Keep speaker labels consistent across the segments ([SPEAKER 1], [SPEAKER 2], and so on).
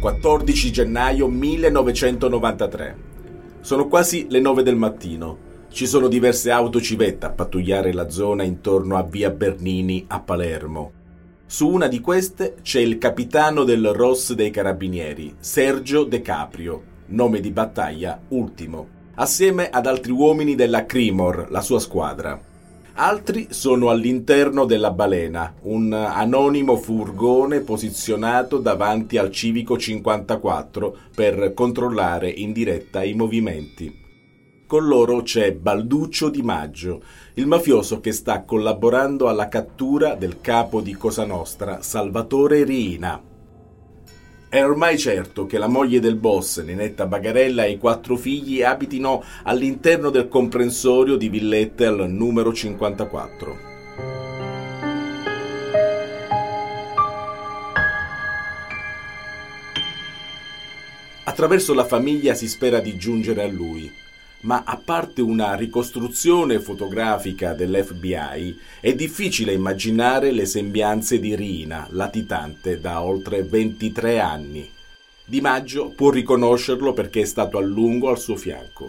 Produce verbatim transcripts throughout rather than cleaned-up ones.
[SPEAKER 1] quattordici gennaio millenovecentonovantatré. Sono quasi le nove del mattino. Ci sono diverse auto civetta a pattugliare la zona intorno a via Bernini a Palermo. Su una di queste c'è il capitano del R O S dei Carabinieri, Sergio De Caprio, nome di battaglia Ultimo, assieme ad altri uomini della Crimor, la sua squadra. Altri sono all'interno della Balena, un anonimo furgone posizionato davanti al civico cinquantaquattro per controllare in diretta i movimenti. Con loro c'è Balduccio Di Maggio, il mafioso che sta collaborando alla cattura del capo di Cosa Nostra, Salvatore Riina. È ormai certo che la moglie del boss, Ninetta Bagarella, e i quattro figli abitino all'interno del comprensorio di villette al numero cinquantaquattro. Attraverso la famiglia si spera di giungere a lui. Ma a parte una ricostruzione fotografica dell'F B I, è difficile immaginare le sembianze di Riina, latitante da oltre ventitré anni. Di Maggio può riconoscerlo perché è stato a lungo al suo fianco.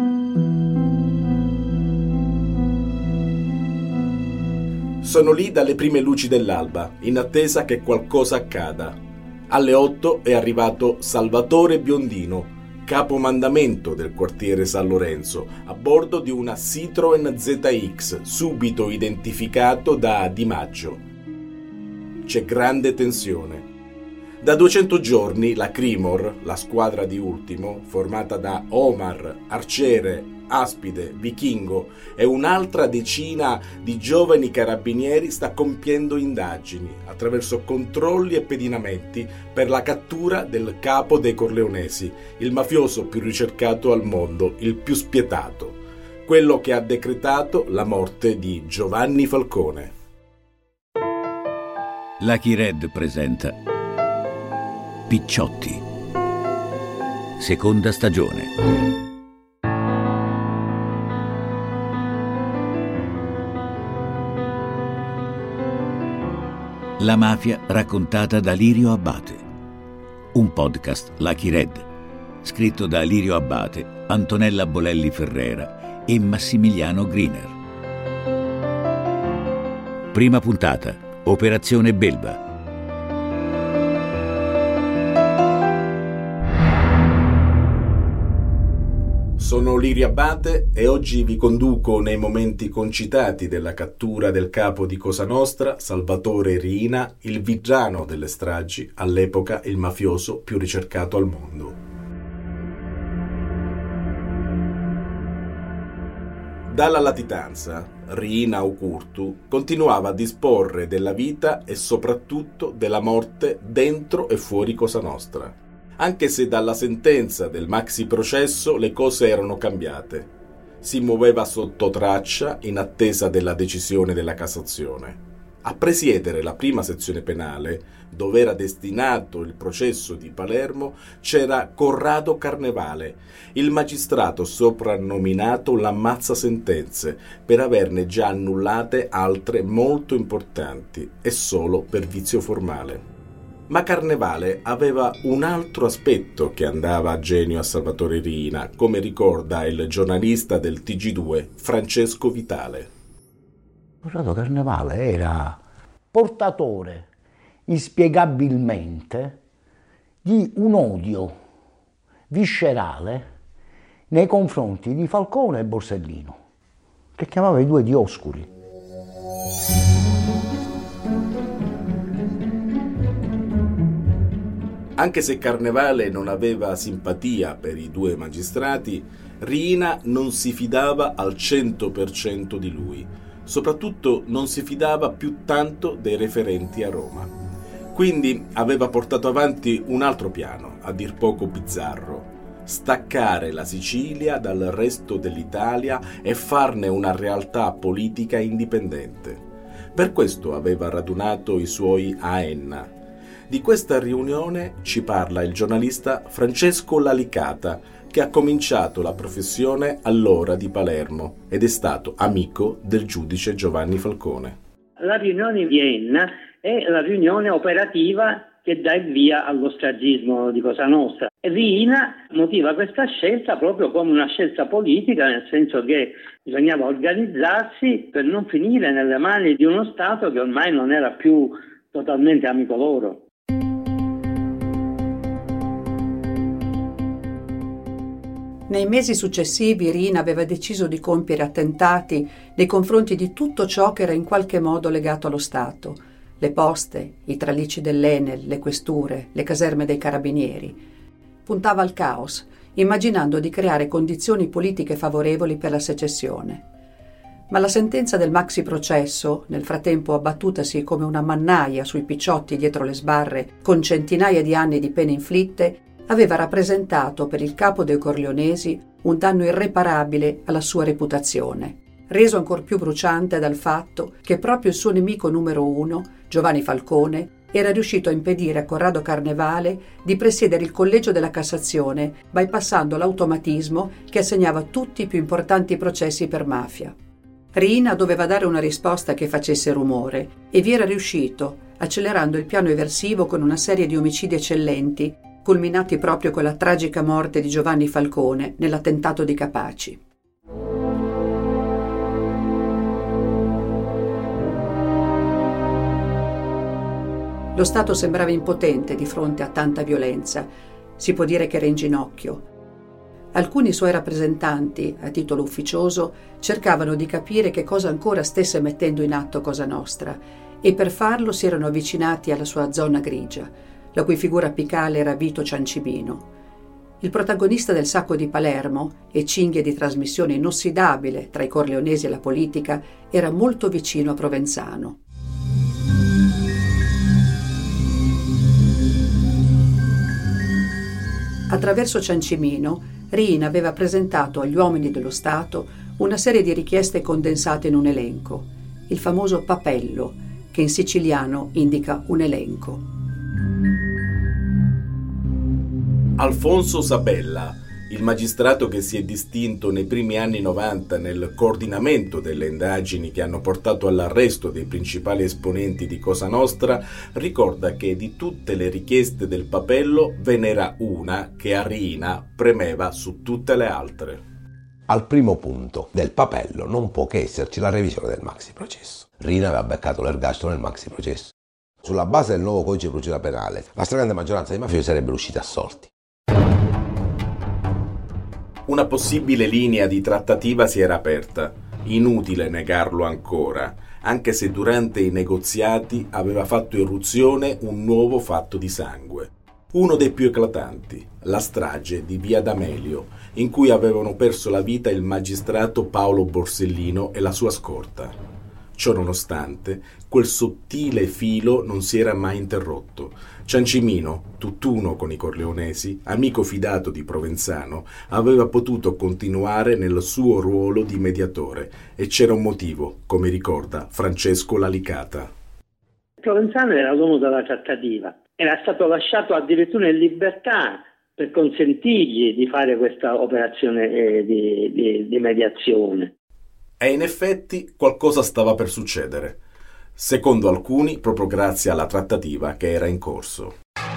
[SPEAKER 1] Sono lì dalle prime luci dell'alba, in attesa che qualcosa accada. Alle otto è arrivato Salvatore Biondino, capomandamento del quartiere San Lorenzo, a bordo di una Citroen Z X, subito identificato da Di Maggio. C'è grande tensione. Da duecento giorni la Crimor, la squadra di Ultimo, formata da Omar, Arciere, Aspide, Vichingo e un'altra decina di giovani carabinieri, sta compiendo indagini attraverso controlli e pedinamenti per la cattura del capo dei Corleonesi, il mafioso più ricercato al mondo, il più spietato, quello che ha decretato la morte di Giovanni Falcone.
[SPEAKER 2] Lucky Red presenta Picciotti, seconda stagione. La mafia raccontata da Lirio Abbate. Un podcast Lucky Red, scritto da Lirio Abbate, Antonella Bolelli Ferrera e Massimiliano Griner. Prima puntata, Operazione Belva.
[SPEAKER 1] Sono Lirio Abbate e oggi vi conduco nei momenti concitati della cattura del capo di Cosa Nostra, Salvatore Riina, il villano delle stragi, all'epoca il mafioso più ricercato al mondo. Dalla latitanza, Riina Aukurtu continuava a disporre della vita e soprattutto della morte dentro e fuori Cosa Nostra. Anche se dalla sentenza del maxi processo le cose erano cambiate. Si muoveva sotto traccia in attesa della decisione della Cassazione. A presiedere la prima sezione penale, dove era destinato il processo di Palermo, c'era Corrado Carnevale, il magistrato soprannominato l'ammazza sentenze, per averne già annullate altre molto importanti e solo per vizio formale. Ma Carnevale aveva un altro aspetto che andava a genio a Salvatore Riina, come ricorda il giornalista del T G due Francesco Vitale.
[SPEAKER 3] Corrado Carnevale era portatore inspiegabilmente di un odio viscerale nei confronti di Falcone e Borsellino, che chiamava i due Dioscuri.
[SPEAKER 1] Anche se Carnevale non aveva simpatia per i due magistrati, Riina non si fidava al cento per cento di lui. Soprattutto non si fidava più tanto dei referenti a Roma. Quindi aveva portato avanti un altro piano, a dir poco bizzarro: staccare la Sicilia dal resto dell'Italia e farne una realtà politica indipendente. Per questo aveva radunato i suoi a Enna. Di questa riunione ci parla il giornalista Francesco Lalicata, che ha cominciato la professione allora di Palermo ed è stato amico del giudice Giovanni Falcone.
[SPEAKER 4] La riunione di Enna è la riunione operativa che dà il via allo stragismo di Cosa Nostra. Riina motiva questa scelta proprio come una scelta politica, nel senso che bisognava organizzarsi per non finire nelle mani di uno Stato che ormai non era più totalmente amico loro.
[SPEAKER 5] Nei mesi successivi Riina aveva deciso di compiere attentati nei confronti di tutto ciò che era in qualche modo legato allo Stato: le poste, i tralicci dell'Enel, le questure, le caserme dei carabinieri. Puntava al caos, immaginando di creare condizioni politiche favorevoli per la secessione. Ma la sentenza del maxi processo, nel frattempo abbattutasi come una mannaia sui picciotti dietro le sbarre, con centinaia di anni di pene inflitte, aveva rappresentato per il capo dei Corleonesi un danno irreparabile alla sua reputazione, reso ancor più bruciante dal fatto che proprio il suo nemico numero uno, Giovanni Falcone, era riuscito a impedire a Corrado Carnevale di presiedere il collegio della Cassazione, bypassando l'automatismo che assegnava tutti i più importanti processi per mafia. Riina doveva dare una risposta che facesse rumore e vi era riuscito, accelerando il piano eversivo con una serie di omicidi eccellenti, culminati proprio con la tragica morte di Giovanni Falcone nell'attentato di Capaci. Lo Stato sembrava impotente di fronte a tanta violenza. Si può dire che era in ginocchio. Alcuni suoi rappresentanti, a titolo ufficioso, cercavano di capire che cosa ancora stesse mettendo in atto Cosa Nostra e per farlo si erano avvicinati alla sua zona grigia, la cui figura apicale era Vito Ciancimino. Il protagonista del sacco di Palermo e cinghia di trasmissione inossidabile tra i corleonesi e la politica, era molto vicino a Provenzano. Attraverso Ciancimino, Riina aveva presentato agli uomini dello Stato una serie di richieste condensate in un elenco, il famoso papello, che in siciliano indica un elenco.
[SPEAKER 1] Alfonso Sabella, il magistrato che si è distinto nei primi anni novanta nel coordinamento delle indagini che hanno portato all'arresto dei principali esponenti di Cosa Nostra, ricorda che di tutte le richieste del papello ve n'era una che a Riina premeva su tutte le altre.
[SPEAKER 6] Al primo punto del papello non può che esserci la revisione del maxi processo. Riina aveva beccato l'ergastolo nel maxi processo. Sulla base del nuovo codice di procedura penale, la stragrande maggioranza dei mafiosi sarebbero usciti assolti.
[SPEAKER 1] Una possibile linea di trattativa si era aperta, inutile negarlo ancora, anche se durante i negoziati aveva fatto irruzione un nuovo fatto di sangue. Uno dei più eclatanti, la strage di Via D'Amelio, in cui avevano perso la vita il magistrato Paolo Borsellino e la sua scorta. Ciò nonostante, quel sottile filo non si era mai interrotto. Ciancimino, tutt'uno con i corleonesi, amico fidato di Provenzano, aveva potuto continuare nel suo ruolo di mediatore e c'era un motivo, come ricorda Francesco Lalicata.
[SPEAKER 4] Provenzano era l'uomo della trattativa, era stato lasciato addirittura in libertà per consentirgli di fare questa operazione eh, di, di, di mediazione.
[SPEAKER 1] E in effetti qualcosa stava per succedere, secondo alcuni proprio grazie alla trattativa che era in corso.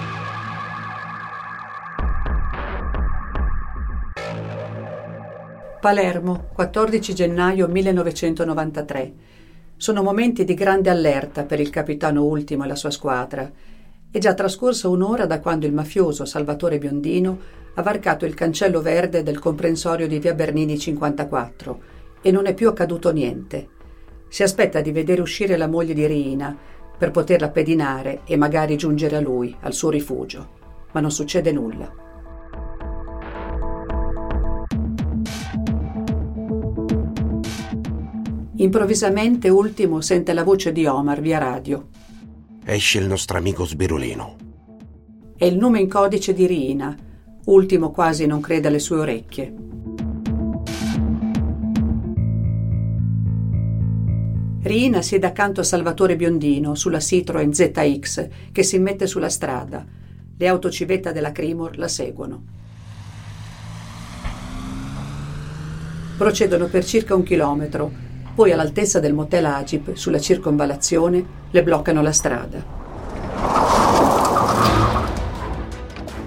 [SPEAKER 5] Palermo, quattordici gennaio millenovecentonovantatré. Sono momenti di grande allerta per il capitano Ultimo e la sua squadra. È già trascorsa un'ora da quando il mafioso Salvatore Biondino ha varcato il cancello verde del comprensorio di via Bernini cinquantaquattro e non è più accaduto niente. Si aspetta di vedere uscire la moglie di Riina per poterla pedinare e magari giungere a lui, al suo rifugio, ma non succede nulla. Improvvisamente Ultimo sente la voce di Omar via radio.
[SPEAKER 7] Esce il nostro amico Sbirulino.
[SPEAKER 5] È il nome in codice di Riina. Ultimo quasi non crede alle sue orecchie. Riina siede accanto a Salvatore Biondino sulla Citroen Z X che si mette sulla strada. Le autocivetta della Crimor la seguono. Procedono per circa un chilometro, poi all'altezza del motel Agip, sulla circonvallazione, le bloccano la strada.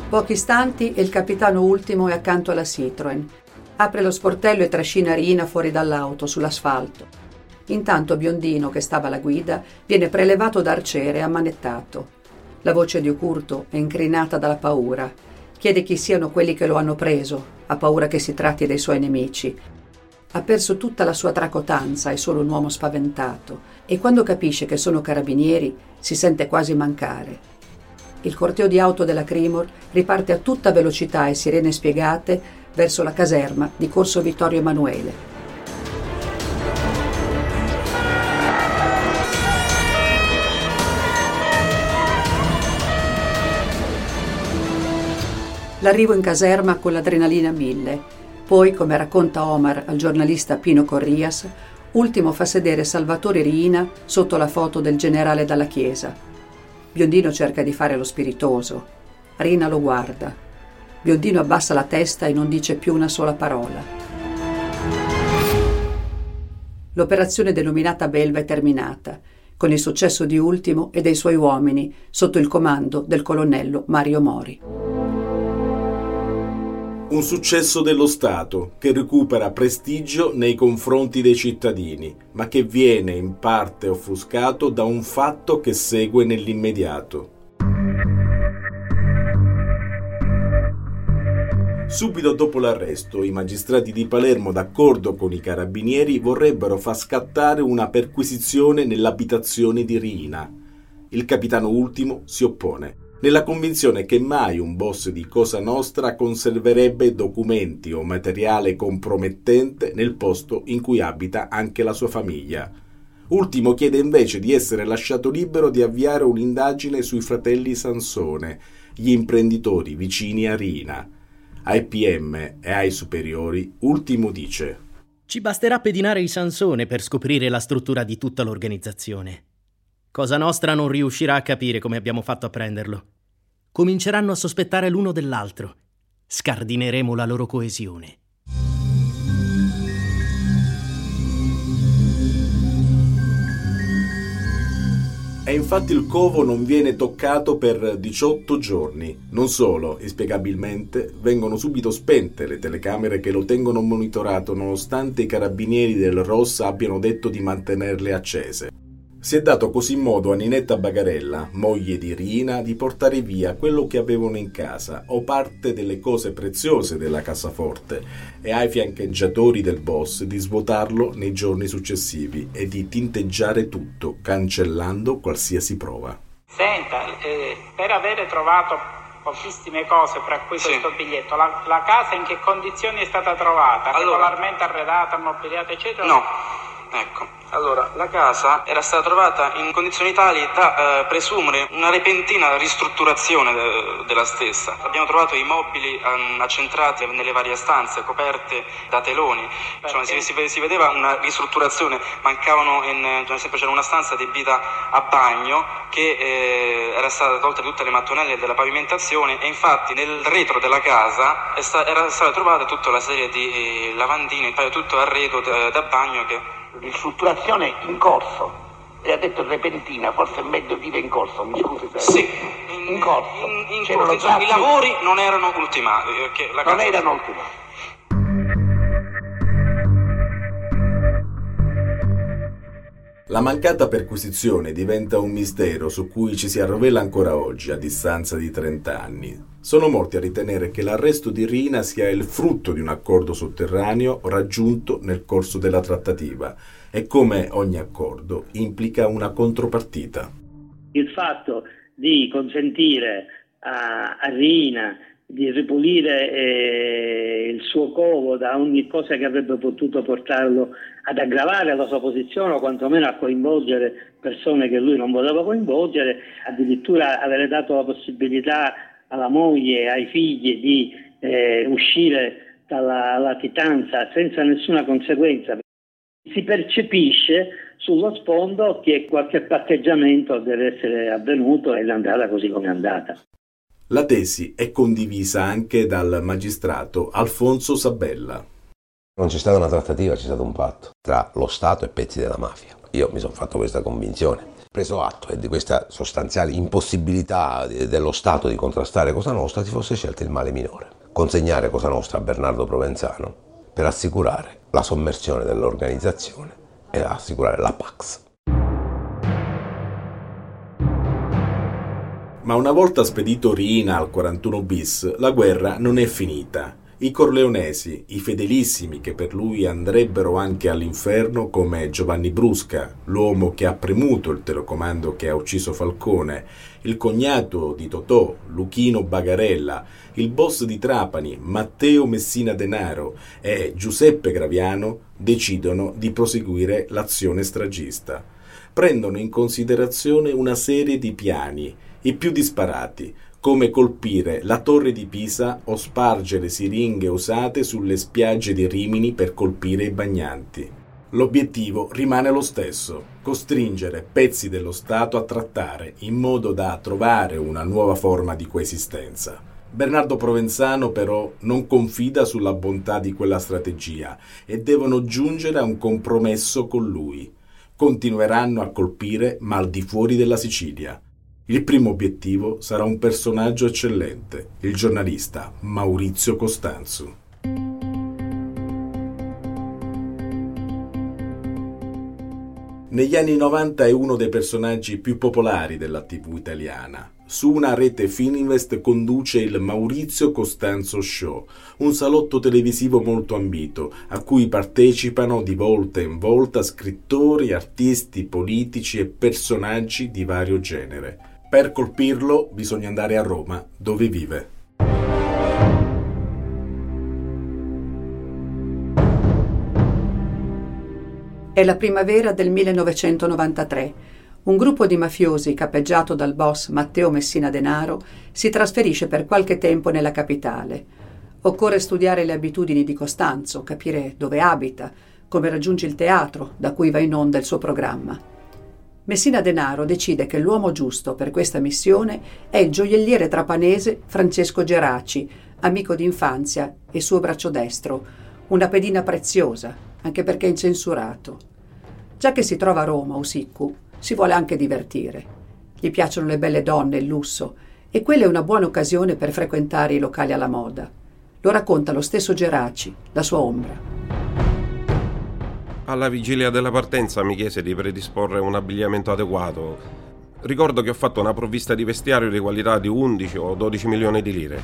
[SPEAKER 5] Pochi istanti e il capitano Ultimo è accanto alla Citroën. Apre lo sportello e trascina Rina fuori dall'auto, sull'asfalto. Intanto Biondino, che stava alla guida, viene prelevato da Arciere e ammanettato. La voce di Ocurto è incrinata dalla paura. Chiede chi siano quelli che lo hanno preso, ha paura che si tratti dei suoi nemici. Ha perso tutta la sua tracotanza, è solo un uomo spaventato, e quando capisce che sono carabinieri si sente quasi mancare. Il corteo di auto della Crimor riparte a tutta velocità e sirene spiegate verso la caserma di Corso Vittorio Emanuele. L'arrivo in caserma con l'adrenalina a mille. Poi, come racconta Omar al giornalista Pino Corrias, Ultimo fa sedere Salvatore Riina sotto la foto del generale Dalla Chiesa. Biondino cerca di fare lo spiritoso. Rina lo guarda. Biondino abbassa la testa e non dice più una sola parola. L'operazione denominata Belva è terminata, con il successo di Ultimo e dei suoi uomini, sotto il comando del colonnello Mario Mori.
[SPEAKER 1] Un successo dello Stato che recupera prestigio nei confronti dei cittadini, ma che viene in parte offuscato da un fatto che segue nell'immediato. Subito dopo l'arresto, i magistrati di Palermo, d'accordo con i carabinieri, vorrebbero far scattare una perquisizione nell'abitazione di Riina. Il capitano Ultimo si oppone, nella convinzione che mai un boss di Cosa Nostra conserverebbe documenti o materiale compromettente nel posto in cui abita anche la sua famiglia. Ultimo chiede invece di essere lasciato libero di avviare un'indagine sui fratelli Sansone, gli imprenditori vicini a Riina. Ai P M e ai superiori, Ultimo dice:
[SPEAKER 8] ci basterà pedinare i Sansone per scoprire la struttura di tutta l'organizzazione. Cosa Nostra non riuscirà a capire come abbiamo fatto a prenderlo. Cominceranno a sospettare l'uno dell'altro. Scardineremo la loro coesione.
[SPEAKER 1] E infatti il covo non viene toccato per diciotto giorni. Non solo, inspiegabilmente, vengono subito spente le telecamere che lo tengono monitorato nonostante i carabinieri del R O S abbiano detto di mantenerle accese. Si è dato così modo a Ninetta Bagarella, moglie di Riina, di portare via quello che avevano in casa o parte delle cose preziose della cassaforte e ai fiancheggiatori del boss di svuotarlo nei giorni successivi e di tinteggiare tutto, cancellando qualsiasi prova.
[SPEAKER 9] Senta, eh, per avere trovato pochissime cose, fra cui sì. questo biglietto, la, la casa in che condizioni è stata trovata? Allora, regolarmente arredata, mobiliata, eccetera?
[SPEAKER 10] No, ecco. Allora, la casa era stata trovata in condizioni tali da eh, presumere una repentina ristrutturazione de- della stessa. Abbiamo trovato i mobili um, accentrati nelle varie stanze, coperte da teloni. Cioè, si, si, si vedeva una ristrutturazione, mancavano, in, per esempio c'era una stanza adibita a bagno che eh, era stata tolta tutte le mattonelle della pavimentazione e infatti nel retro della casa sta- era stata trovata tutta la serie di eh, lavandini, tutto arredo da, da bagno che...
[SPEAKER 11] Ristrutturazione in corso. Lei ha detto repentina, forse è meglio dire in corso, mi scusi se...
[SPEAKER 10] Sì,
[SPEAKER 11] in, in corso.
[SPEAKER 10] In, in corso. Insomma, i lavori non erano ultimati. Perché la
[SPEAKER 11] non
[SPEAKER 10] casa...
[SPEAKER 11] erano ultimati.
[SPEAKER 1] La mancata perquisizione diventa un mistero su cui ci si arrovella ancora oggi, a distanza di trenta anni. Sono molti a ritenere che l'arresto di Riina sia il frutto di un accordo sotterraneo raggiunto nel corso della trattativa e, come ogni accordo, implica una contropartita.
[SPEAKER 4] Il fatto di consentire a, a Riina di ripulire eh, il suo covo da ogni cosa che avrebbe potuto portarlo ad aggravare la sua posizione o quantomeno a coinvolgere persone che lui non voleva coinvolgere, addirittura avere dato la possibilità alla moglie e ai figli di eh, uscire dalla latitanza senza nessuna conseguenza. Si percepisce sullo sfondo che qualche patteggiamento deve essere avvenuto ed è andata così come è andata.
[SPEAKER 1] La tesi è condivisa anche dal magistrato Alfonso Sabella.
[SPEAKER 6] Non c'è stata una trattativa, c'è stato un patto tra lo Stato e pezzi della mafia. Io mi sono fatto questa convinzione. Preso atto e di questa sostanziale impossibilità dello Stato di contrastare Cosa Nostra, si fosse scelto il male minore: consegnare Cosa Nostra a Bernardo Provenzano per assicurare la sommersione dell'organizzazione e assicurare la Pax.
[SPEAKER 1] Ma una volta spedito Riina al quarantuno bis, la guerra non è finita. I corleonesi, i fedelissimi che per lui andrebbero anche all'inferno, come Giovanni Brusca, l'uomo che ha premuto il telecomando che ha ucciso Falcone, il cognato di Totò, Luchino Bagarella, il boss di Trapani, Matteo Messina Denaro e Giuseppe Graviano, decidono di proseguire l'azione stragista. Prendono in considerazione una serie di piani, i più disparati, come colpire la torre di Pisa o spargere siringhe usate sulle spiagge di Rimini per colpire i bagnanti. L'obiettivo rimane lo stesso: costringere pezzi dello Stato a trattare in modo da trovare una nuova forma di coesistenza. Bernardo Provenzano però non confida sulla bontà di quella strategia e devono giungere a un compromesso con lui. Continueranno a colpire ma al di fuori della Sicilia. Il primo obiettivo sarà un personaggio eccellente, il giornalista Maurizio Costanzo. Negli anni novanta è uno dei personaggi più popolari della tivù italiana. Su una rete Fininvest conduce il Maurizio Costanzo Show, un salotto televisivo molto ambito, a cui partecipano di volta in volta scrittori, artisti, politici e personaggi di vario genere. Per colpirlo bisogna andare a Roma, dove vive.
[SPEAKER 5] È la primavera del millenovecentonovantatré. Un gruppo di mafiosi capeggiato dal boss Matteo Messina Denaro si trasferisce per qualche tempo nella capitale. Occorre studiare le abitudini di Costanzo, capire dove abita, come raggiunge il teatro da cui va in onda il suo programma. Messina Denaro decide che l'uomo giusto per questa missione è il gioielliere trapanese Francesco Geraci, amico d'infanzia e suo braccio destro, una pedina preziosa, anche perché incensurato. Già che si trova a Roma o Siccu, si vuole anche divertire. Gli piacciono le belle donne e il lusso, e quella è una buona occasione per frequentare i locali alla moda. Lo racconta lo stesso Geraci, la sua ombra.
[SPEAKER 12] Alla vigilia della partenza mi chiese di predisporre un abbigliamento adeguato. Ricordo che ho fatto una provvista di vestiario di qualità di undici o dodici milioni di lire.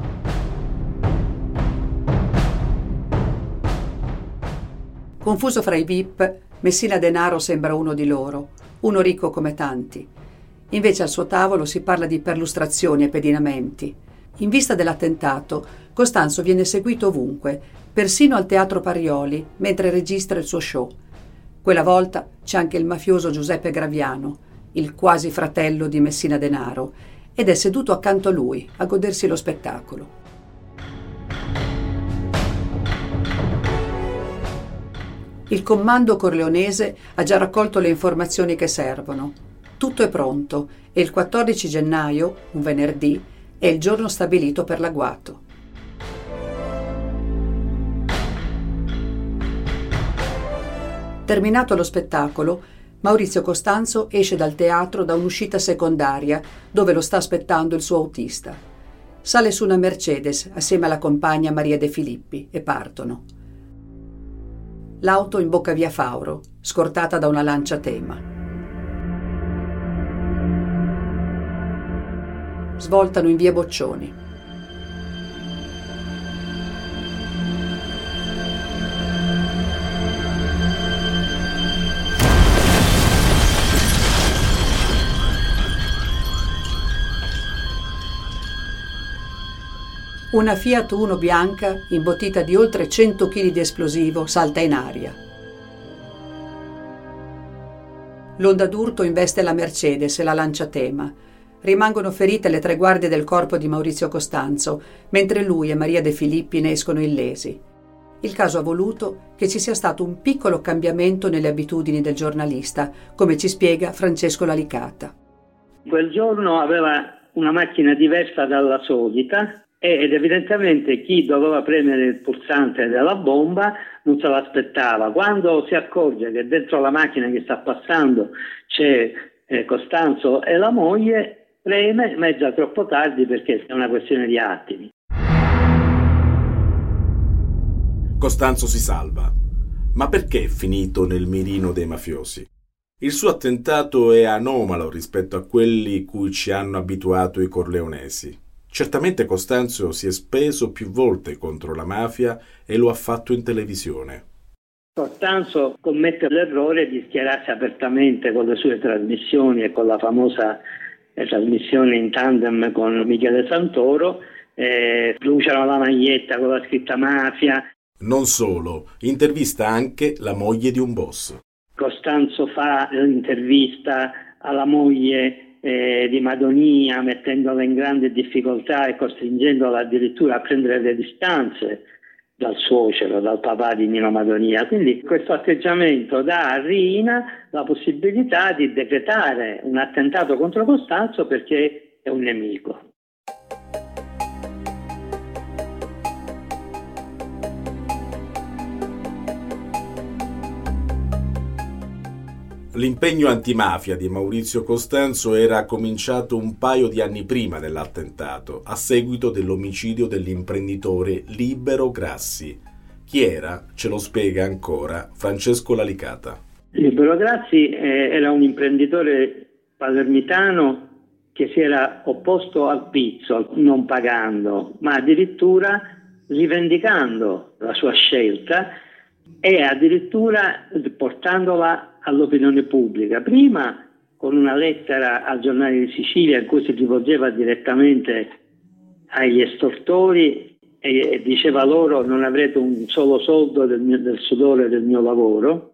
[SPEAKER 5] Confuso fra i V I P, Messina Denaro sembra uno di loro, uno ricco come tanti. Invece al suo tavolo si parla di perlustrazioni e pedinamenti. In vista dell'attentato, Costanzo viene seguito ovunque, persino al Teatro Parioli, mentre registra il suo show. Quella volta c'è anche il mafioso Giuseppe Graviano, il quasi fratello di Messina Denaro, ed è seduto accanto a lui a godersi lo spettacolo. Il comando corleonese ha già raccolto le informazioni che servono. Tutto è pronto e il quattordici gennaio, un venerdì, è il giorno stabilito per l'agguato. Terminato lo spettacolo, Maurizio Costanzo esce dal teatro da un'uscita secondaria dove lo sta aspettando il suo autista. Sale su una Mercedes assieme alla compagna Maria De Filippi e partono. L'auto imbocca via Fauro, scortata da una Lancia Tema. Svoltano in via Boccioni. Una Fiat Uno bianca, imbottita di oltre cento chili di esplosivo, salta in aria. L'onda d'urto investe la Mercedes e la Lancia Tema. Rimangono ferite le tre guardie del corpo di Maurizio Costanzo, mentre lui e Maria De Filippi ne escono illesi. Il caso ha voluto che ci sia stato un piccolo cambiamento nelle abitudini del giornalista, come ci spiega Francesco Lalicata.
[SPEAKER 4] Quel giorno aveva una macchina diversa dalla solita, ed evidentemente chi doveva premere il pulsante della bomba non se l'aspettava. Quando si accorge che dentro la macchina che sta passando c'è eh, Costanzo e la moglie, preme, ma è già troppo tardi perché è una questione di attimi.
[SPEAKER 1] Costanzo si salva. Ma perché è finito nel mirino dei mafiosi? Il suo attentato è anomalo rispetto a quelli cui ci hanno abituato i corleonesi. Certamente Costanzo si è speso più volte contro la mafia e lo ha fatto in televisione.
[SPEAKER 4] Costanzo commette l'errore di schierarsi apertamente con le sue trasmissioni e con la famosa eh, trasmissione in tandem con Michele Santoro, eh, bruciano la maglietta con la scritta mafia.
[SPEAKER 1] Non solo, intervista anche la moglie di un boss.
[SPEAKER 4] Costanzo fa l'intervista alla moglie eh, di Madonia, mettendola in grande difficoltà e costringendola addirittura a prendere le distanze dal suocero, dal papà di Nino Madonia. Quindi questo atteggiamento dà a Riina la possibilità di decretare un attentato contro Costanzo perché è un nemico.
[SPEAKER 1] L'impegno antimafia di Maurizio Costanzo era cominciato un paio di anni prima dell'attentato, a seguito dell'omicidio dell'imprenditore Libero Grassi. Chi era? Ce lo spiega ancora Francesco Lalicata.
[SPEAKER 4] Libero Grassi eh, era un imprenditore palermitano che si era opposto al pizzo, non pagando, ma addirittura rivendicando la sua scelta e addirittura portandola all'opinione pubblica, prima con una lettera al Giornale di Sicilia in cui si rivolgeva direttamente agli estortori e, e diceva loro: non avrete un solo soldo del, mio, del sudore del mio lavoro.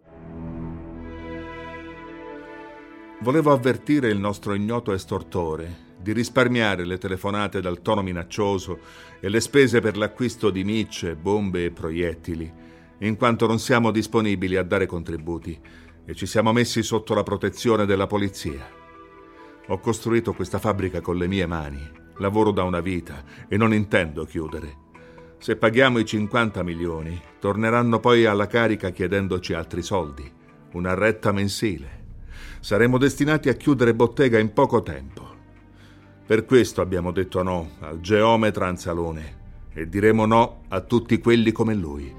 [SPEAKER 13] Volevo avvertire il nostro ignoto estortore di risparmiare le telefonate dal tono minaccioso e le spese per l'acquisto di micce, bombe e proiettili, in quanto non siamo disponibili a dare contributi e ci siamo messi sotto la protezione della polizia. Ho costruito questa fabbrica con le mie mani, lavoro da una vita e non intendo chiudere. Se paghiamo i cinquanta milioni, torneranno poi alla carica chiedendoci altri soldi, una retta mensile. Saremo destinati a chiudere bottega in poco tempo. Per questo abbiamo detto no al geometra Anzalone e diremo no a tutti quelli come lui.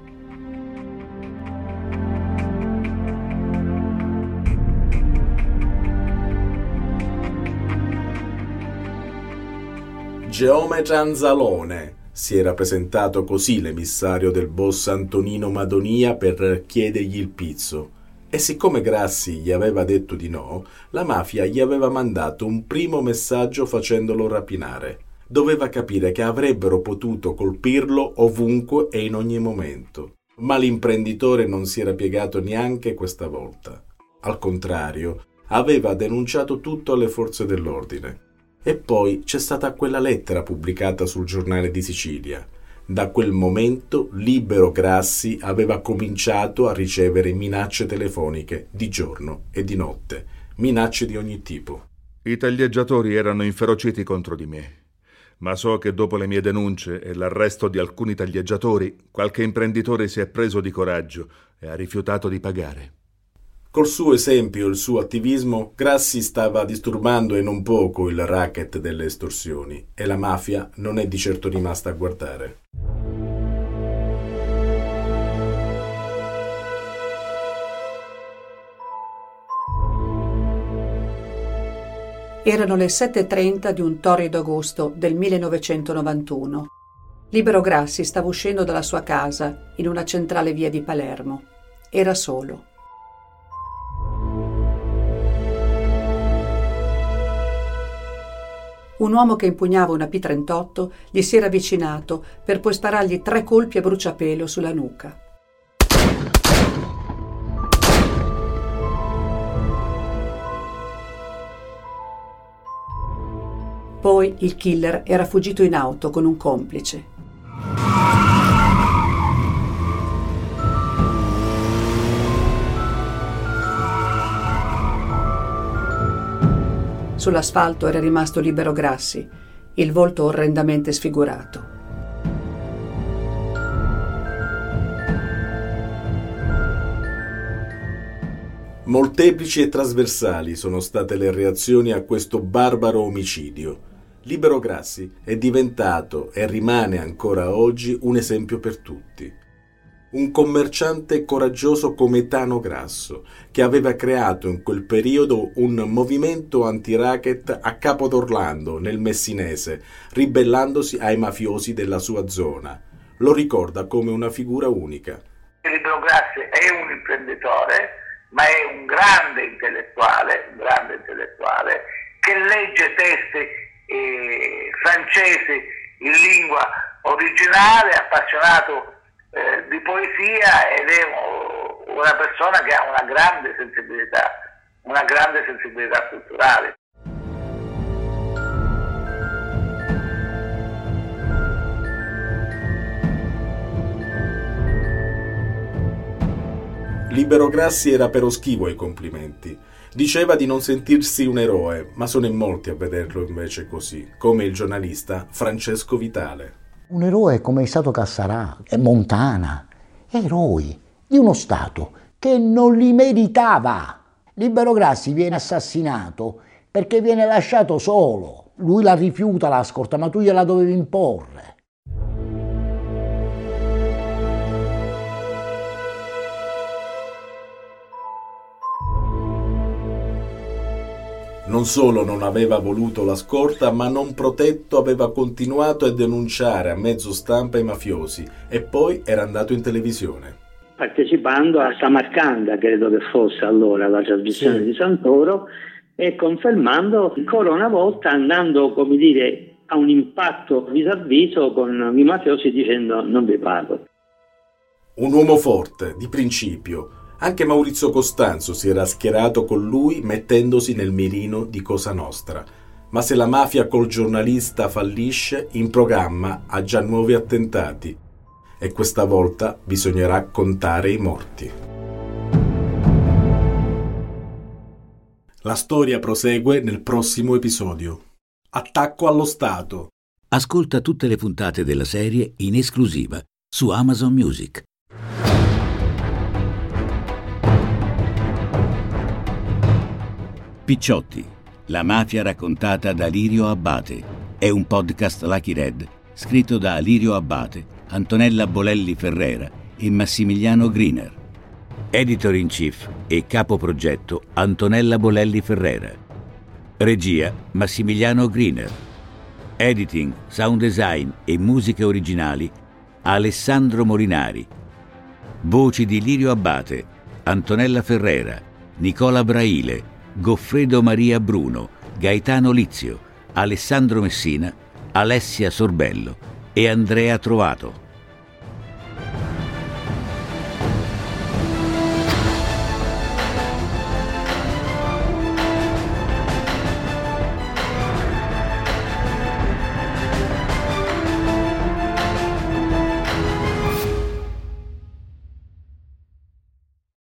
[SPEAKER 1] Geometra Anzalone. Si era presentato così l'emissario del boss Antonino Madonia per chiedergli il pizzo. E siccome Grassi gli aveva detto di no, la mafia gli aveva mandato un primo messaggio facendolo rapinare. Doveva capire che avrebbero potuto colpirlo ovunque e in ogni momento. Ma l'imprenditore non si era piegato neanche questa volta. Al contrario, aveva denunciato tutto alle forze dell'ordine. E poi c'è stata quella lettera pubblicata sul Giornale di Sicilia. Da quel momento Libero Grassi aveva cominciato a ricevere minacce telefoniche di giorno e di notte, minacce di ogni tipo.
[SPEAKER 13] I taglieggiatori erano inferociti contro di me, ma so che dopo le mie denunce e l'arresto di alcuni taglieggiatori, qualche imprenditore si è preso di coraggio e ha rifiutato di pagare.
[SPEAKER 1] Col suo esempio e il suo attivismo, Grassi stava disturbando e non poco il racket delle estorsioni e la mafia non è di certo rimasta a guardare.
[SPEAKER 5] Erano le sette e trenta di un torrido agosto del millenovecentonovantuno. Libero Grassi stava uscendo dalla sua casa in una centrale via di Palermo. Era solo. Un uomo che impugnava una P trentotto gli si era avvicinato per poi sparargli tre colpi a bruciapelo sulla nuca. Poi il killer era fuggito in auto con un complice. Sull'asfalto era rimasto Libero Grassi, il volto orrendamente sfigurato.
[SPEAKER 1] Molteplici e trasversali sono state le reazioni a questo barbaro omicidio. Libero Grassi è diventato e rimane ancora oggi un esempio per tutti. Un commerciante coraggioso come Tano Grasso, che aveva creato in quel periodo un movimento anti-racket a Capo d'Orlando, nel Messinese, ribellandosi ai mafiosi della sua zona. Lo ricorda come una figura unica.
[SPEAKER 11] Libero Grassi è un imprenditore, ma è un grande intellettuale, un grande intellettuale che legge testi eh, francesi in lingua originale, appassionato eh, di poesia, ed è una persona che ha una grande sensibilità, una grande sensibilità culturale.
[SPEAKER 1] Libero Grassi era però schivo ai complimenti. Diceva di non sentirsi un eroe, ma sono in molti a vederlo invece così, come il giornalista Francesco Vitale.
[SPEAKER 3] Un eroe come è stato Cassarà e Montana, eroi di uno Stato che non li meritava. Libero Grassi viene assassinato perché viene lasciato solo. Lui la rifiuta la scorta, ma tu gliela dovevi imporre.
[SPEAKER 1] Non solo non aveva voluto la scorta, ma non protetto aveva continuato a denunciare a mezzo stampa i mafiosi e poi era andato in televisione.
[SPEAKER 4] Partecipando a Samarcanda, credo che fosse allora la trasmissione sì. di Santoro, e confermando ancora una volta, andando, come dire, a un impatto viso a viso con i mafiosi dicendo non vi pago.
[SPEAKER 1] Un uomo forte, di principio. Anche Maurizio Costanzo si era schierato con lui mettendosi nel mirino di Cosa Nostra. Ma se la mafia col giornalista fallisce, in programma ha già nuovi attentati. E questa volta bisognerà contare i morti. La storia prosegue nel prossimo episodio. Attacco allo Stato.
[SPEAKER 2] Ascolta tutte le puntate della serie in esclusiva su Amazon Music. Picciotti, la mafia raccontata da Lirio Abbate. È un podcast Lucky Red scritto da Lirio Abbate, Antonella Bolelli Ferrera e Massimiliano Griner. Editor in chief e capo progetto Antonella Bolelli Ferrera. Regia Massimiliano Griner. Editing, sound design e musiche originali Alessandro Molinari. Voci di Lirio Abbate, Antonella Ferrera, Nicola Braile, Goffredo Maria Bruno, Gaetano Lizio, Alessandro Messina, Alessia Sorbello e Andrea Trovato.